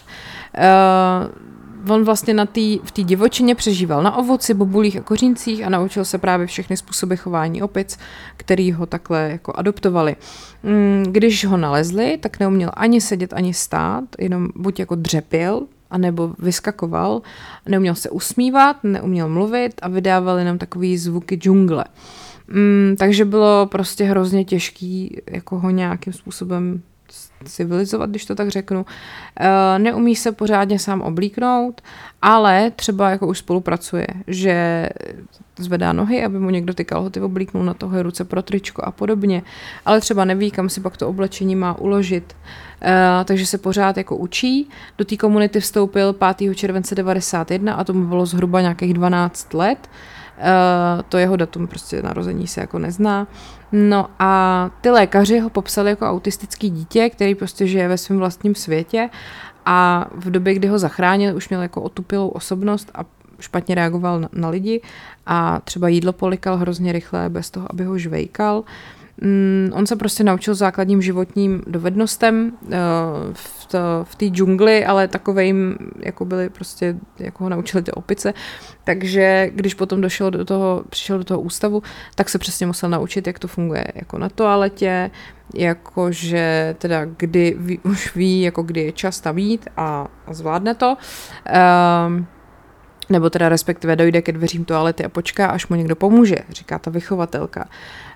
On vlastně v té divočině přežíval na ovoci, bobulích a koříncích a naučil se právě všechny způsoby chování opic, který ho takhle jako adoptovali. Když ho nalezli, tak neuměl ani sedět, ani stát, jenom buď jako dřepěl, anebo vyskakoval, neuměl se usmívat, neuměl mluvit a vydávali nám takový zvuky džungle. Takže bylo prostě hrozně těžký jako ho nějakým způsobem civilizovat, když to tak řeknu. Neumí se pořádně sám oblíknout, ale třeba jako už spolupracuje, že zvedá nohy, aby mu někdo ty kalhoty oblíknul, na toho ruce pro tričko a podobně, ale třeba neví, kam si pak to oblečení má uložit. Takže se pořád jako učí. Do té komunity vstoupil 5. července 1991 a tomu bylo zhruba nějakých 12 let. To jeho datum prostě narození se jako nezná. No a ty lékaři ho popsali jako autistický dítě, který prostě žije ve svém vlastním světě a v době, kdy ho zachránili, už měl jako otupilou osobnost a špatně reagoval na lidi a třeba jídlo polikal hrozně rychle bez toho, aby ho žvejkal. On se prostě naučil základním životním dovednostem v té džungli, ale takovejím, jako byly prostě, jako ho naučili ty opice. Takže když potom přišel do toho ústavu, tak se přesně musel naučit, jak to funguje jako na toaletě, jakože teda už ví, jako kdy je čas tam jít a zvládne to. Nebo teda respektive dojde ke dveřím toalety a počká, až mu někdo pomůže, říká ta vychovatelka.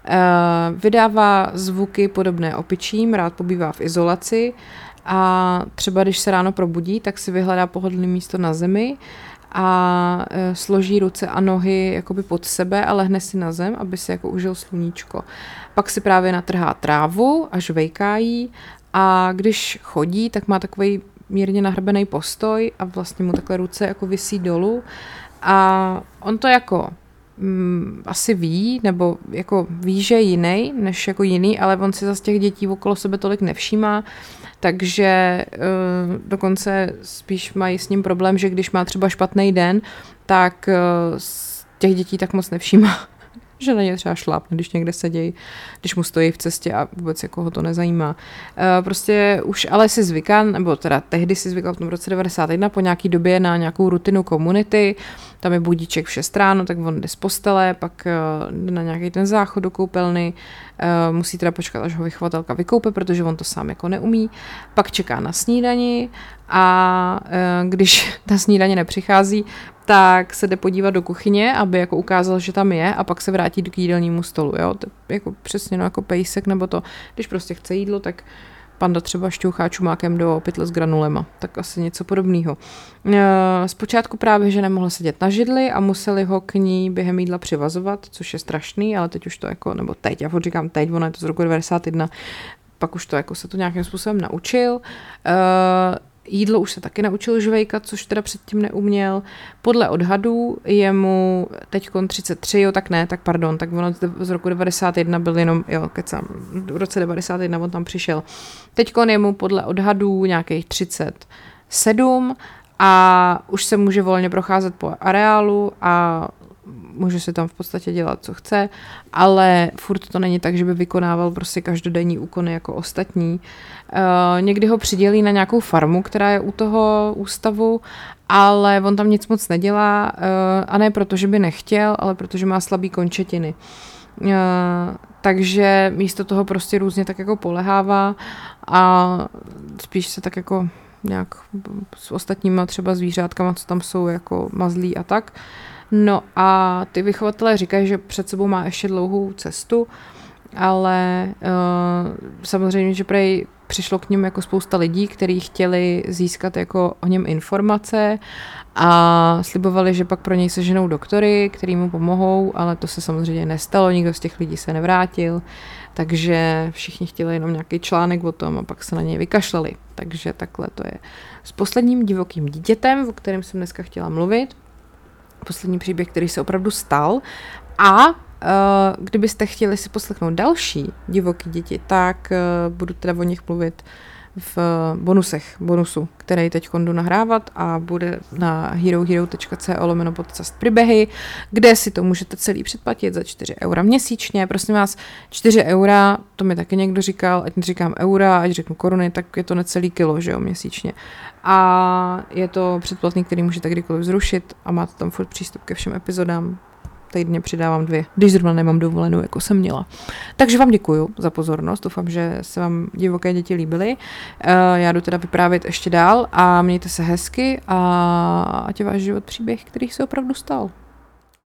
Vydává zvuky podobné opičím, rád pobývá v izolaci a třeba když se ráno probudí, tak si vyhledá pohodlné místo na zemi a složí ruce a nohy jakoby pod sebe a lehne si na zem, aby si jako užil sluníčko. Pak si právě natrhá trávu a žvejká jí a když chodí, tak má takovej mírně nahrbený postoj a vlastně mu takhle ruce jako visí dolů a on to jako asi ví, nebo jako ví, že je jiný než jako jiný, ale on si zase těch dětí okolo sebe tolik nevšímá, takže dokonce spíš mají s ním problém, že když má třeba špatný den, tak z těch dětí tak moc nevšímá, že na ně třeba šlápne, když někde sedějí, když mu stojí v cestě a vůbec jako ho to nezajímá. Prostě už ale si zvyká, nebo teda tehdy si zvykal v tom roce 1991 po nějaký době na nějakou rutinu komunity, tam je budíček v 6 ráno, tak on jde z postele, pak jde na nějaký ten záchod do koupelny, musí teda počkat, až ho vychovatelka vykoupe, protože on to sám jako neumí, pak čeká na snídani a když ta snídaně nepřichází, tak se jde podívat do kuchyně, aby jako ukázal, že tam je a pak se vrátí k jídelnímu stolu, jo, to jako přesně jako pejsek, nebo to, když prostě chce jídlo, tak panda třeba šťouchá čumákem do pytle s granulema, tak asi něco podobného. Zpočátku právě, že nemohl sedět na židli a museli ho k ní během jídla přivazovat, což je strašný, ale teď už to jako, nebo teď, já říkám teď, ono je to z roku 1991, pak už to jako se to nějakým způsobem naučil. Jídlo už se taky naučil žvejkat, což teda předtím neuměl. Podle odhadů je mu teďkon 33, tak ono z roku 91 byl jenom, v roce 91 on tam přišel. Teďkon je mu podle odhadů nějakých 37 a už se může volně procházet po areálu a může si tam v podstatě dělat, co chce, ale furt to není tak, že by vykonával prostě každodenní úkony jako ostatní. Někdy ho přidělí na nějakou farmu, která je u toho ústavu, ale on tam nic moc nedělá a ne proto, že by nechtěl, ale protože má slabý končetiny. Takže místo toho prostě různě tak jako polehává a spíš se tak jako nějak s ostatníma třeba zvířátkama, co tam jsou jako mazlí a tak. No a ty vychovatelé říkají, že před sebou má ještě dlouhou cestu, ale samozřejmě, že prej přišlo k ním jako spousta lidí, kteří chtěli získat jako o něm informace a slibovali, že pak pro něj seženou doktory, který mu pomohou, ale to se samozřejmě nestalo, nikdo z těch lidí se nevrátil, takže všichni chtěli jenom nějaký článek o tom a pak se na něj vykašlali. Takže takhle to je s posledním divokým dítětem, o kterém jsem dneska chtěla mluvit. Poslední příběh, který se opravdu stal. A kdybyste chtěli si poslechnout další divoký děti, tak budu teda o nich mluvit v bonusu, který teď jdu nahrávat a bude na herohero.co/podcast příběhy, kde si to můžete celý předplatit za 4 € měsíčně. Prosím vás, 4 €, to mi taky někdo říkal, ať neříkám eura, ať řeknu koruny, tak je to necelý kilo, že jo, měsíčně. A je to předplatný, který můžete kdykoliv zrušit a máte tam furt přístup ke všem epizodám. Týdně přidávám 2, když zrovna nemám dovolenou, jako jsem měla. Takže vám děkuju za pozornost, doufám, že se vám divoké děti líbily. Já jdu teda vyprávět ještě dál a mějte se hezky a ať je váš život příběh, který se opravdu stal.